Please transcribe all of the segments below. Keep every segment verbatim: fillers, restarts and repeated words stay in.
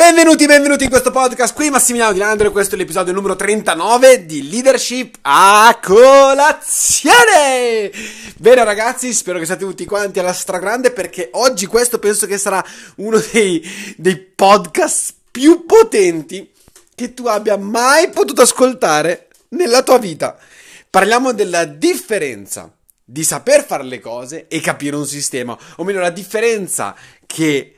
Benvenuti, benvenuti in questo podcast, qui Massimiliano Di Landro e questo è l'episodio numero trentanove di Leadership a colazione! Bene ragazzi, spero che siate tutti quanti alla stragrande perché oggi questo penso che sarà uno dei, dei podcast più potenti che tu abbia mai potuto ascoltare nella tua vita. Parliamo della differenza di saper fare le cose e capire un sistema, o meglio la differenza che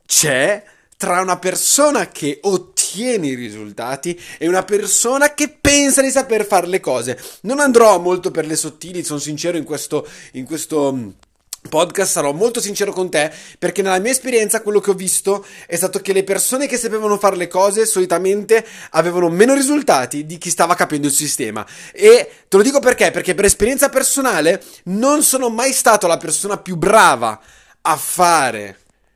c'è tra una persona che ottiene i risultati e una persona che pensa di saper fare le cose. Non andrò molto per le sottili, sono sincero in questo, in questo podcast, sarò molto sincero con te, perché nella mia esperienza quello che ho visto è stato che le persone che sapevano fare le cose solitamente avevano meno risultati di chi stava capendo il sistema. E te lo dico perché? Perché per esperienza personale non sono mai stato la persona più brava a fare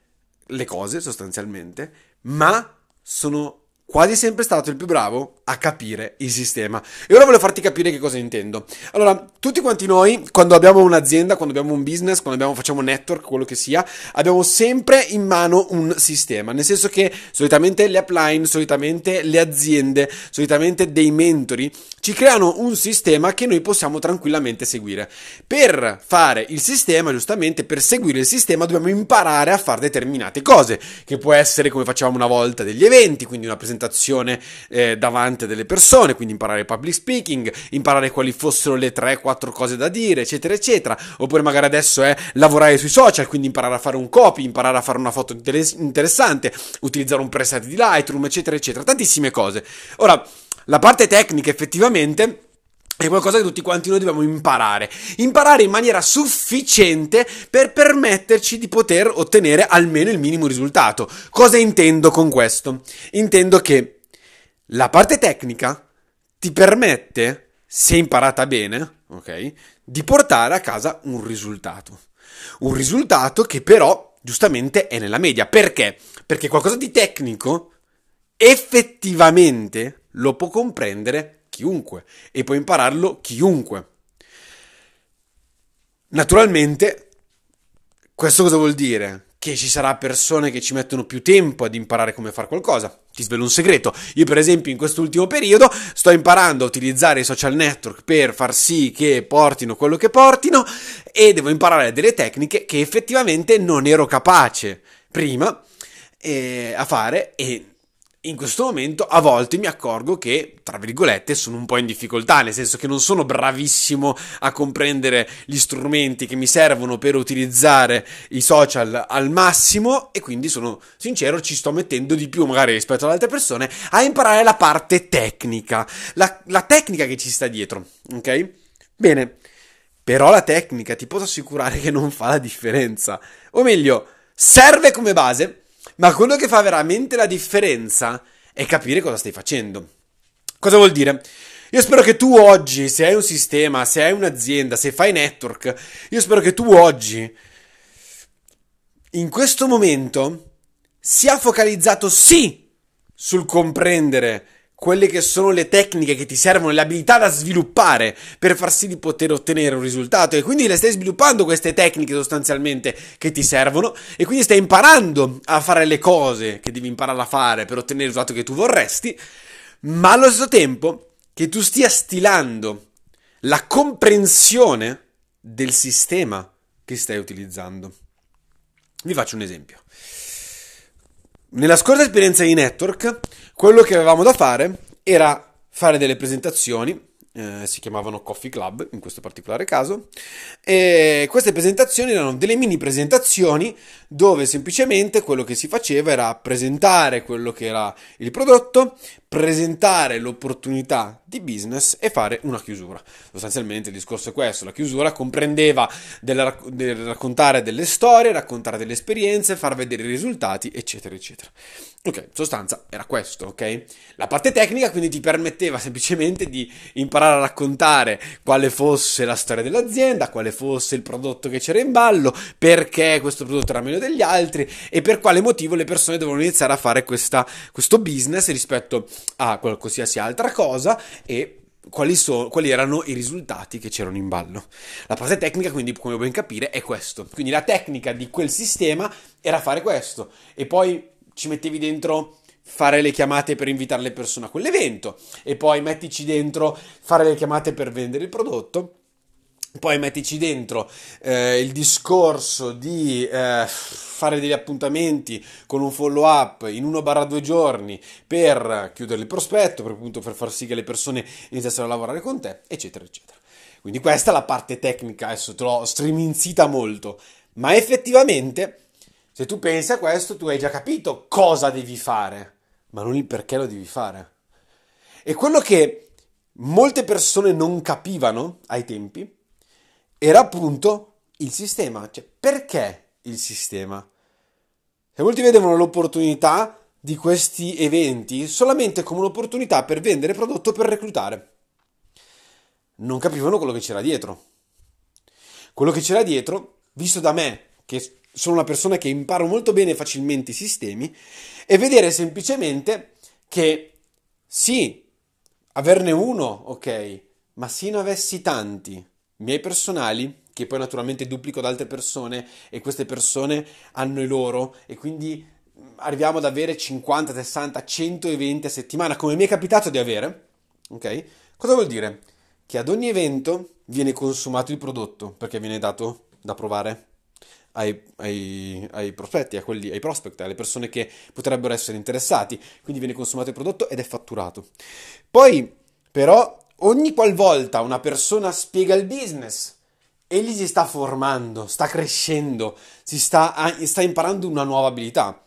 le cose sostanzialmente, ma sono quasi sempre stato il più bravo a capire il sistema. E ora voglio farti capire che cosa intendo. Allora, tutti quanti noi, quando abbiamo un'azienda, quando abbiamo un business, quando abbiamo, facciamo network, quello che sia, abbiamo sempre in mano un sistema. Nel senso che solitamente le upline, solitamente le aziende, solitamente dei mentori ci creano un sistema che noi possiamo tranquillamente seguire. Per fare il sistema, giustamente, per seguire il sistema dobbiamo imparare a fare determinate cose, che può essere come facevamo una volta degli eventi, quindi una presentazione eh, davanti a delle persone, quindi imparare public speaking, imparare quali fossero le tre quattro cose da dire, eccetera eccetera, oppure magari adesso è lavorare sui social, quindi imparare a fare un copy, imparare a fare una foto interessante, utilizzare un preset di Lightroom, eccetera eccetera, tantissime cose. Ora, la parte tecnica effettivamente è qualcosa che tutti quanti noi dobbiamo imparare. Imparare in maniera sufficiente per permetterci di poter ottenere almeno il minimo risultato. Cosa intendo con questo? Intendo che la parte tecnica ti permette, se imparata bene, ok, di portare a casa un risultato. Un risultato che però, giustamente, è nella media. Perché? Perché qualcosa di tecnico effettivamente lo può comprendere chiunque e può impararlo chiunque. Naturalmente, questo cosa vuol dire? Che ci sarà persone che ci mettono più tempo ad imparare come fare qualcosa. Ti svelo un segreto. Io per esempio in quest'ultimo periodo sto imparando a utilizzare i social network per far sì che portino quello che portino e devo imparare delle tecniche che effettivamente non ero capace prima eh, a fare, e in questo momento a volte mi accorgo che, tra virgolette, sono un po' in difficoltà, nel senso che non sono bravissimo a comprendere gli strumenti che mi servono per utilizzare i social al massimo, e quindi sono sincero, ci sto mettendo di più magari rispetto ad altre persone a imparare la parte tecnica, la, la tecnica che ci sta dietro, ok? Bene, però la tecnica ti posso assicurare che non fa la differenza, o meglio, serve come base. Ma quello che fa veramente la differenza è capire cosa stai facendo. Cosa vuol dire? Io spero che tu oggi, se hai un sistema, se hai un'azienda, se fai network, io spero che tu oggi, in questo momento, sia focalizzato sì sul comprendere quelle che sono le tecniche che ti servono, le abilità da sviluppare per far sì di poter ottenere un risultato, e quindi le stai sviluppando queste tecniche sostanzialmente che ti servono, e quindi stai imparando a fare le cose che devi imparare a fare per ottenere il risultato che tu vorresti, ma allo stesso tempo che tu stia stilando la comprensione del sistema che stai utilizzando. Vi faccio un esempio. Nella scorsa esperienza di network, quello che avevamo da fare era fare delle presentazioni, eh, si chiamavano Coffee Club in questo particolare caso, e queste presentazioni erano delle mini presentazioni dove semplicemente quello che si faceva era presentare quello che era il prodotto, presentare l'opportunità di business e fare una chiusura. Sostanzialmente il discorso è questo: la chiusura comprendeva del, del raccontare delle storie, raccontare delle esperienze, far vedere i risultati, eccetera eccetera. Ok, in sostanza era questo, ok? La parte tecnica quindi ti permetteva semplicemente di imparare a raccontare quale fosse la storia dell'azienda, quale fosse il prodotto che c'era in ballo, perché questo prodotto era meglio degli altri e per quale motivo le persone dovevano iniziare a fare questa, questo business rispetto a qualsiasi altra cosa, e quali, so, quali erano i risultati che c'erano in ballo. La parte tecnica, quindi, come ben capire, è questo. Quindi la tecnica di quel sistema era fare questo, e poi ci mettevi dentro fare le chiamate per invitare le persone a quell'evento, e poi mettici dentro fare le chiamate per vendere il prodotto. Poi mettici dentro eh, il discorso di eh, fare degli appuntamenti con un follow up in uno barra due giorni per chiudere il prospetto, per, appunto, per far sì che le persone iniziassero a lavorare con te, eccetera, eccetera. Quindi questa è la parte tecnica, adesso te l'ho striminzita molto, ma effettivamente, se tu pensi a questo, tu hai già capito cosa devi fare, ma non il perché lo devi fare. E quello che molte persone non capivano ai tempi era appunto il sistema. Cioè, perché il sistema? E molti vedevano l'opportunità di questi eventi solamente come un'opportunità per vendere prodotto, per reclutare. Non capivano quello che c'era dietro. Quello che c'era dietro, visto da me, che sono una persona che imparo molto bene e facilmente i sistemi, è vedere semplicemente che sì, averne uno, ok, ma se ne avessi tanti miei personali, che poi naturalmente duplico ad altre persone, e queste persone hanno i loro, e quindi arriviamo ad avere cinquanta, sessanta, cento eventi a settimana, come mi è capitato di avere, ok? Cosa vuol dire? Che ad ogni evento viene consumato il prodotto, perché viene dato da provare ai, ai, ai prospetti, a quelli, ai prospect, alle persone che potrebbero essere interessati, quindi viene consumato il prodotto ed è fatturato. Poi, però, ogni qualvolta una persona spiega il business, egli si sta formando, sta crescendo, si sta, sta imparando una nuova abilità,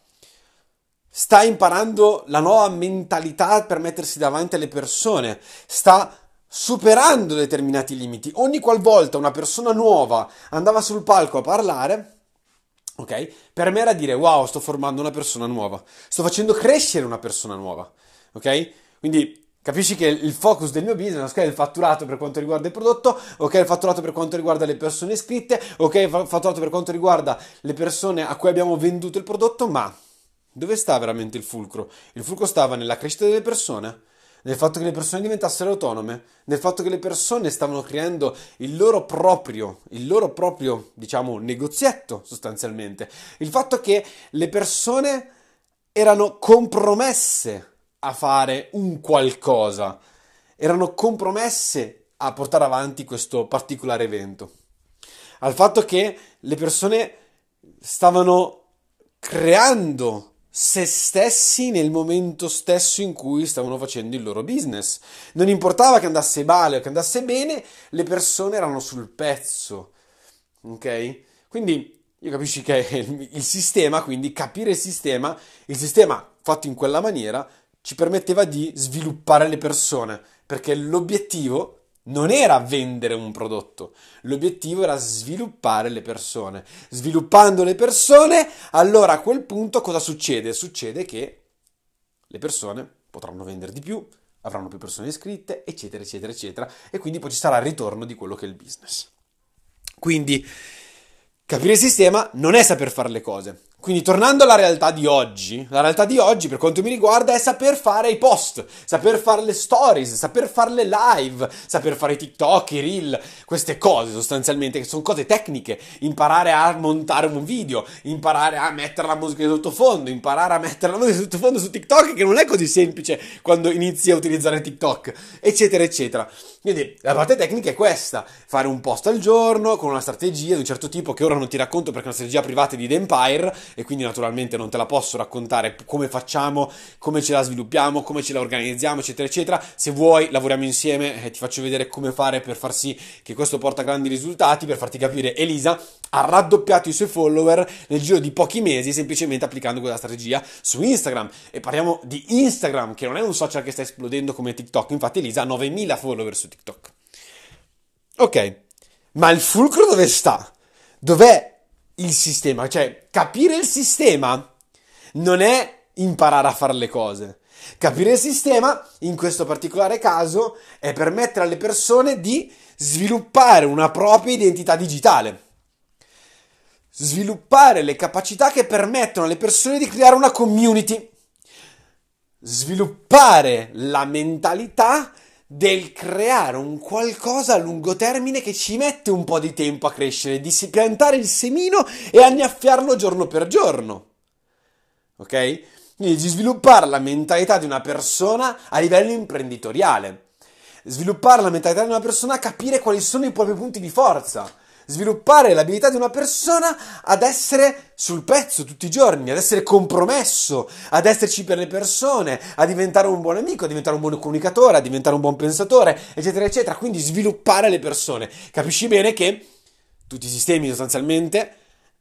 sta imparando la nuova mentalità per mettersi davanti alle persone, sta superando determinati limiti. Ogni qualvolta una persona nuova andava sul palco a parlare, ok? Per me era dire: wow, sto formando una persona nuova, sto facendo crescere una persona nuova, ok? Quindi capisci che il focus del mio business è il fatturato per quanto riguarda il prodotto, ok, il fatturato per quanto riguarda le persone iscritte, ok, il fatturato per quanto riguarda le persone a cui abbiamo venduto il prodotto, ma dove sta veramente il fulcro? Il fulcro stava nella crescita delle persone, nel fatto che le persone diventassero autonome, nel fatto che le persone stavano creando il loro proprio, il loro proprio, diciamo, negozietto sostanzialmente, il fatto che le persone erano compromesse a fare un qualcosa, erano compromesse a portare avanti questo particolare evento, al fatto che le persone stavano creando se stessi nel momento stesso in cui stavano facendo il loro business. Non importava che andasse male o che andasse bene, le persone erano sul pezzo, ok? Quindi io capisci che il sistema, quindi capire il sistema, il sistema fatto in quella maniera ci permetteva di sviluppare le persone, perché l'obiettivo non era vendere un prodotto, l'obiettivo era sviluppare le persone. Sviluppando le persone, allora a quel punto cosa succede? Succede che le persone potranno vendere di più, avranno più persone iscritte, eccetera, eccetera, eccetera, e quindi poi ci sarà il ritorno di quello che è il business. Quindi capire il sistema non è saper fare le cose. Quindi tornando alla realtà di oggi, la realtà di oggi per quanto mi riguarda è saper fare i post, saper fare le stories, saper fare le live, saper fare i TikTok, i reel, queste cose sostanzialmente che sono cose tecniche, imparare a montare un video, imparare a mettere la musica di sottofondo, imparare a mettere la musica di sottofondo su TikTok, che non è così semplice quando inizi a utilizzare TikTok, eccetera eccetera. Quindi la parte tecnica è questa: fare un post al giorno con una strategia di un certo tipo che ora non ti racconto perché è una strategia privata di The Empire, e quindi naturalmente non te la posso raccontare come facciamo, come ce la sviluppiamo, come ce la organizziamo, eccetera eccetera. Se vuoi lavoriamo insieme e ti faccio vedere come fare per far sì che questo porta grandi risultati, per farti capire. Elisa ha raddoppiato i suoi follower nel giro di pochi mesi semplicemente applicando quella strategia su Instagram, e parliamo di Instagram, che non è un social che sta esplodendo come TikTok. Infatti Elisa ha novemila follower su TikTok. Ok, ma il fulcro dove sta? Dov'è il sistema? Cioè, capire il sistema non è imparare a fare le cose. Capire il sistema, in questo particolare caso, è permettere alle persone di sviluppare una propria identità digitale. Sviluppare le capacità che permettono alle persone di creare una community. Sviluppare la mentalità del creare un qualcosa a lungo termine che ci mette un po' di tempo a crescere, di piantare il semino e annaffiarlo giorno per giorno. Ok? Quindi di sviluppare la mentalità di una persona a livello imprenditoriale. Sviluppare la mentalità di una persona a capire quali sono i propri punti di forza. Sviluppare l'abilità di una persona ad essere sul pezzo tutti i giorni, ad essere compromesso, ad esserci per le persone, a diventare un buon amico, a diventare un buon comunicatore, a diventare un buon pensatore, eccetera, eccetera. Quindi sviluppare le persone. Capisci bene che tutti i sistemi sostanzialmente,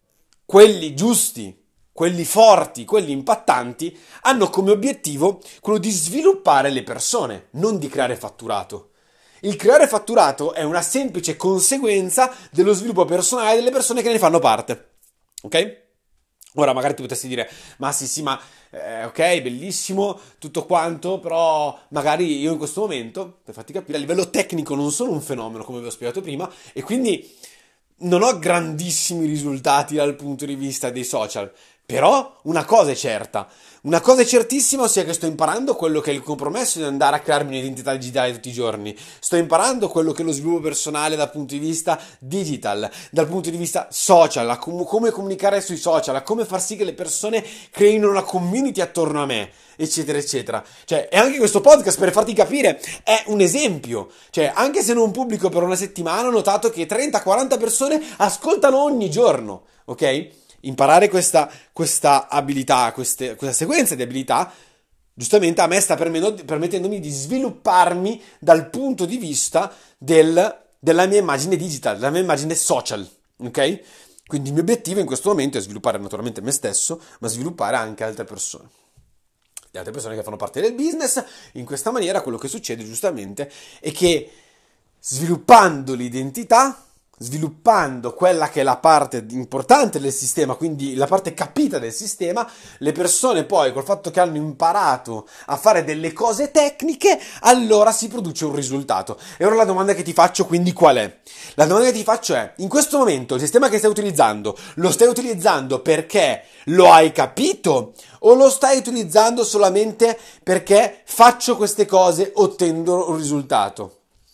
quelli giusti, quelli forti, quelli impattanti, hanno come obiettivo quello di sviluppare le persone, non di creare fatturato. Il creare fatturato è una semplice conseguenza dello sviluppo personale delle persone che ne fanno parte. Ok? Ora magari tu potresti dire, ma sì sì, ma eh, ok, bellissimo, tutto quanto, però magari io in questo momento, per farti capire, a livello tecnico non sono un fenomeno, come vi ho spiegato prima, e quindi non ho grandissimi risultati dal punto di vista dei social. Però una cosa è certa, una cosa è certissima, ossia che sto imparando quello che è il compromesso di andare a crearmi un'identità digitale tutti i giorni. Sto imparando quello che è lo sviluppo personale dal punto di vista digital, dal punto di vista social, a com- come comunicare sui social, a come far sì che le persone creino una community attorno a me, eccetera, eccetera. Cioè, e anche questo podcast, per farti capire, è un esempio. Cioè, anche se non pubblico per una settimana, ho notato che trenta quaranta persone ascoltano ogni giorno, ok? Imparare questa, questa abilità, queste, questa sequenza di abilità, giustamente a me sta permettendomi di svilupparmi dal punto di vista del, della mia immagine digital, della mia immagine social, ok? Quindi il mio obiettivo in questo momento è sviluppare naturalmente me stesso, ma sviluppare anche altre persone. Le altre persone che fanno parte del business. In questa maniera quello che succede giustamente è che sviluppando l'identità, sviluppando quella che è la parte importante del sistema, quindi la parte capita del sistema, le persone poi col fatto che hanno imparato a fare delle cose tecniche, allora si produce un risultato. E ora la domanda che ti faccio quindi qual è? La domanda che ti faccio è, in questo momento il sistema che stai utilizzando, lo stai utilizzando perché lo hai capito o lo stai utilizzando solamente perché faccio queste cose, ottengo un risultato?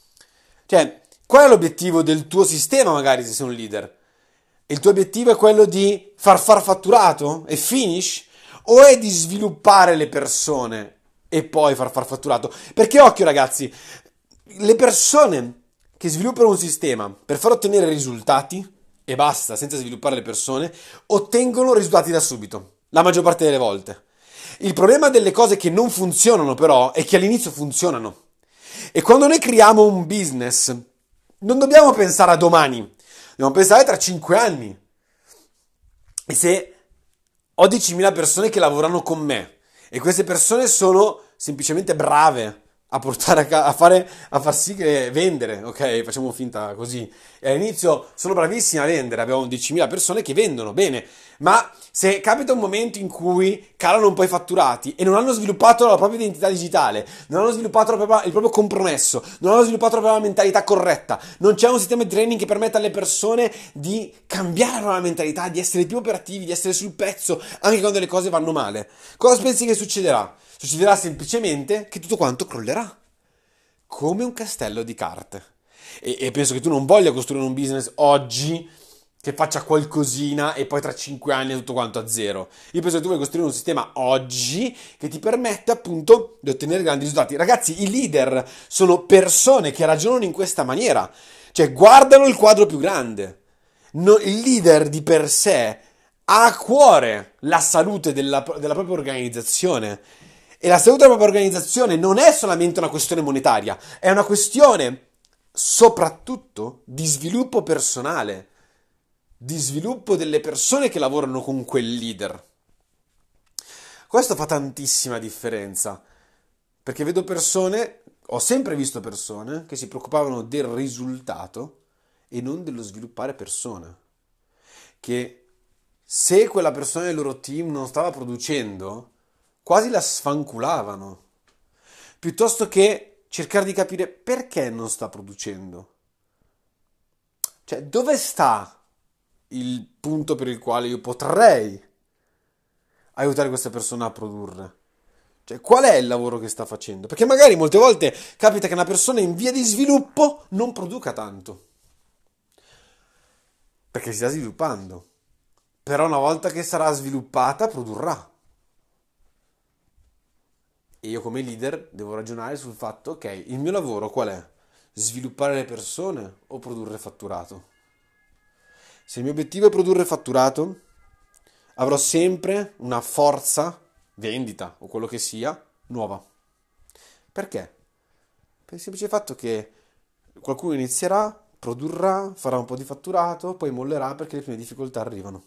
Cioè, qual è l'obiettivo del tuo sistema, magari, se sei un leader? Il tuo obiettivo è quello di far far fatturato e finish? O è di sviluppare le persone e poi far far fatturato? Perché, occhio ragazzi, le persone che sviluppano un sistema per far ottenere risultati, e basta, senza sviluppare le persone, ottengono risultati da subito, la maggior parte delle volte. Il problema delle cose che non funzionano, però, è che all'inizio funzionano. E quando noi creiamo un business, non dobbiamo pensare a domani, dobbiamo pensare tra cinque anni. E se ho diecimila persone che lavorano con me e queste persone sono semplicemente brave a portare a, ca- a fare a far sì che vendere, ok? Facciamo finta così. E all'inizio sono bravissimi a vendere, abbiamo diecimila persone che vendono bene, ma se capita un momento in cui calano un po' i fatturati e non hanno sviluppato la propria identità digitale, non hanno sviluppato la propria- il proprio compromesso, non hanno sviluppato la propria mentalità corretta, non c'è un sistema di training che permetta alle persone di cambiare la propria mentalità, di essere più operativi, di essere sul pezzo anche quando le cose vanno male, cosa pensi che succederà? Succederà semplicemente che tutto quanto crollerà, come un castello di carte. E, e penso che tu non voglia costruire un business oggi che faccia qualcosina e poi tra cinque anni è tutto quanto a zero. Io penso che tu vuoi costruire un sistema oggi che ti permette appunto di ottenere grandi risultati. Ragazzi, i leader sono persone che ragionano in questa maniera, cioè guardano il quadro più grande. No, il leader di per sé ha a cuore la salute della, della propria organizzazione. E la salute della propria organizzazione non è solamente una questione monetaria, è una questione soprattutto di sviluppo personale, di sviluppo delle persone che lavorano con quel leader. Questo fa tantissima differenza, perché vedo persone, ho sempre visto persone che si preoccupavano del risultato e non dello sviluppare persone. Che se quella persona del loro team non stava producendo, quasi la sfanculavano, piuttosto che cercare di capire perché non sta producendo. Cioè, dove sta il punto per il quale io potrei aiutare questa persona a produrre? Cioè, qual è il lavoro che sta facendo? Perché magari molte volte capita che una persona in via di sviluppo non produca tanto, perché si sta sviluppando. Però una volta che sarà sviluppata, produrrà. E io come leader devo ragionare sul fatto, ok, il mio lavoro qual è? Sviluppare le persone o produrre fatturato? Se il mio obiettivo è produrre fatturato, avrò sempre una forza, vendita o quello che sia, nuova. Perché? Per il semplice fatto che qualcuno inizierà, produrrà, farà un po' di fatturato, poi mollerà perché le prime difficoltà arrivano.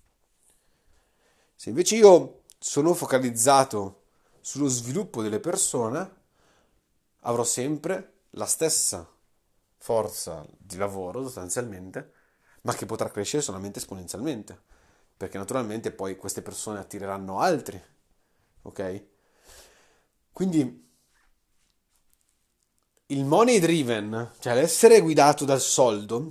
Se invece io sono focalizzato sullo sviluppo delle persone, avrò sempre la stessa forza di lavoro sostanzialmente, ma che potrà crescere solamente esponenzialmente, perché naturalmente poi queste persone attireranno altri, ok? Quindi il money driven, cioè l'essere guidato dal soldo,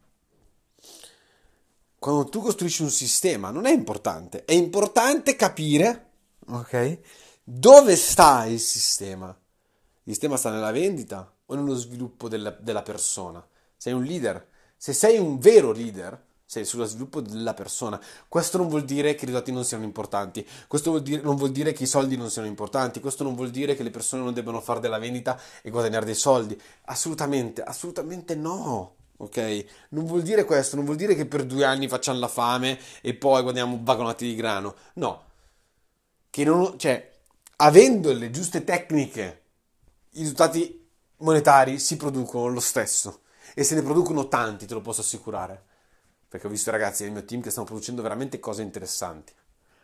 quando tu costruisci un sistema, non è importante. È importante capire, ok? Dove sta il sistema? Il sistema sta nella vendita o nello sviluppo della, della persona? Sei un leader. Se sei un vero leader, sei sullo sviluppo della persona. Questo non vuol dire che i risultati non siano importanti. Questo vuol dire, non vuol dire che i soldi non siano importanti. Questo non vuol dire che le persone non debbano fare della vendita e guadagnare dei soldi. Assolutamente, assolutamente no. Ok? Non vuol dire questo, non vuol dire che per due anni facciamo la fame e poi guadagniamo vagonati di grano. No. Che non, cioè, avendo le giuste tecniche, i risultati monetari si producono lo stesso. E se ne producono tanti, te lo posso assicurare. Perché ho visto i ragazzi del mio team che stanno producendo veramente cose interessanti.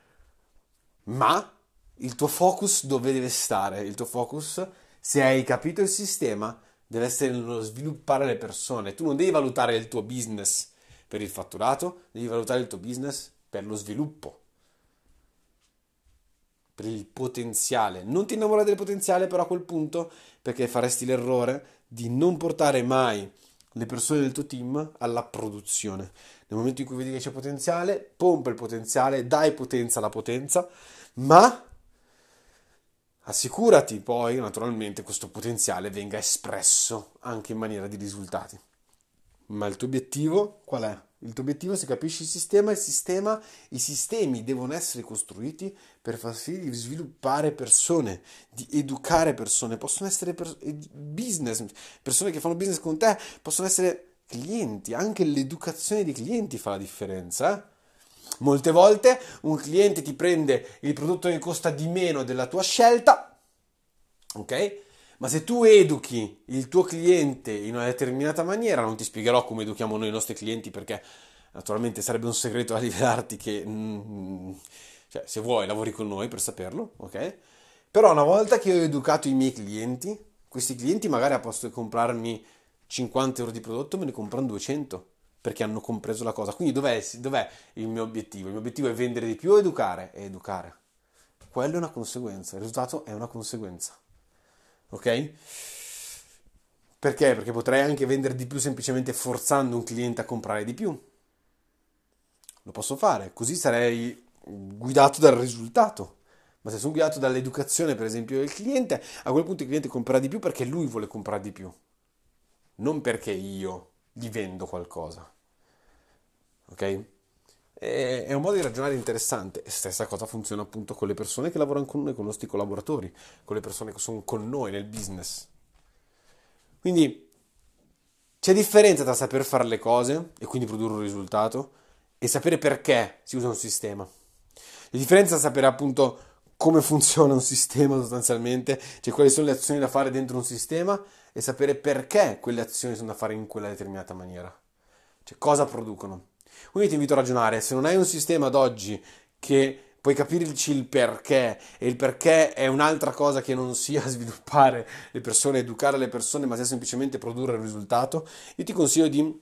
Ma il tuo focus dove deve stare? Il tuo focus, se hai capito il sistema, deve essere nello sviluppare le persone. Tu non devi valutare il tuo business per il fatturato, devi valutare il tuo business per lo sviluppo, per il potenziale. Non ti innamorare del potenziale però a quel punto, perché faresti l'errore di non portare mai le persone del tuo team alla produzione. Nel momento in cui vedi che c'è potenziale, pompa il potenziale, dai potenza alla potenza, ma assicurati poi, naturalmente, questo potenziale venga espresso anche in maniera di risultati. Ma il tuo obiettivo qual è? Il tuo obiettivo, se capisci il sistema, il sistema, i sistemi devono essere costruiti per far sì di sviluppare persone, di educare persone. Possono essere per- business, persone che fanno business con te, possono essere clienti. Anche l'educazione dei clienti fa la differenza, eh? Molte volte un cliente ti prende il prodotto che costa di meno della tua scelta, ok? Ma se tu educhi il tuo cliente in una determinata maniera, non ti spiegherò come educhiamo noi i nostri clienti perché naturalmente sarebbe un segreto a rivelarti che, mm, cioè, se vuoi lavori con noi per saperlo, ok? Però una volta che ho educato i miei clienti, questi clienti magari a posto di comprarmi cinquanta euro di prodotto me ne comprano duecento perché hanno compreso la cosa. Quindi dov'è, dov'è il mio obiettivo? Il mio obiettivo è vendere di più o educare? È educare. Quello è una conseguenza, il risultato è una conseguenza. Ok? Perché? Perché potrei anche vendere di più semplicemente forzando un cliente a comprare di più. Lo posso fare, così sarei guidato dal risultato. Ma se sono guidato dall'educazione, per esempio, del cliente, a quel punto il cliente comprerà di più perché lui vuole comprare di più, non perché io gli vendo qualcosa. Ok? E- È un modo di ragionare interessante. E stessa cosa funziona appunto con le persone che lavorano con noi, con i nostri collaboratori, con le persone che sono con noi nel business. Quindi c'è differenza tra saper fare le cose e quindi produrre un risultato e sapere perché si usa un sistema. La differenza è sapere appunto come funziona un sistema sostanzialmente, cioè quali sono le azioni da fare dentro un sistema e sapere perché quelle azioni sono da fare in quella determinata maniera. Cioè cosa producono. Quindi ti invito a ragionare, se non hai un sistema ad oggi che puoi capirci il perché, e il perché è un'altra cosa che non sia sviluppare le persone, educare le persone, ma sia semplicemente produrre il risultato, io ti consiglio di,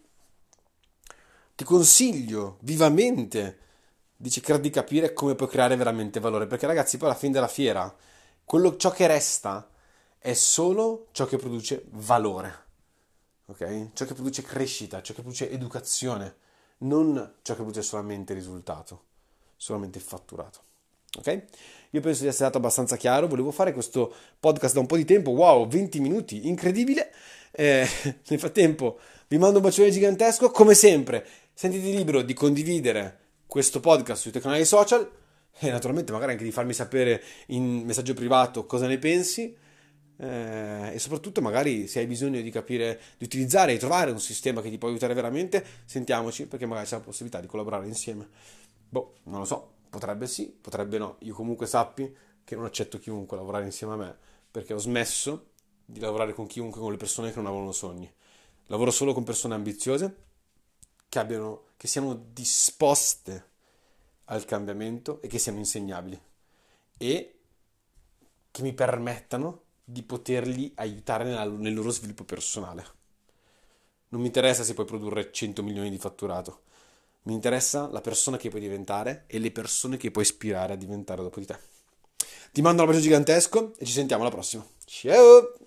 ti consiglio vivamente di cercare di capire come puoi creare veramente valore, perché ragazzi, poi alla fine della fiera, quello, ciò che resta è solo ciò che produce valore, ok? Ciò che produce crescita, ciò che produce educazione, non ciò che produce solamente risultato, solamente il fatturato. Ok? Io penso di essere stato abbastanza chiaro, volevo fare questo podcast da un po' di tempo, wow, venti minuti, incredibile. Eh, nel frattempo vi mando un bacione gigantesco, come sempre, sentiti libero di condividere questo podcast sui tuoi canali social, e naturalmente magari anche di farmi sapere in messaggio privato cosa ne pensi. Eh, e soprattutto magari se hai bisogno di capire, di utilizzare e trovare un sistema che ti può aiutare veramente, sentiamoci perché magari c'è la possibilità di collaborare insieme. Boh, non lo so, potrebbe sì, potrebbe no. Io comunque sappi che non accetto chiunque a lavorare insieme a me perché ho smesso di lavorare con chiunque, con le persone che non avevano sogni. Lavoro solo con persone ambiziose che abbiano, che siano disposte al cambiamento e che siano insegnabili e che mi permettano di poterli aiutare nella- nel loro sviluppo personale. Non mi interessa se puoi produrre cento milioni di fatturato, mi interessa la persona che puoi diventare e le persone che puoi ispirare a diventare dopo di te. Ti mando un abbraccio gigantesco e ci sentiamo alla prossima. Ciao!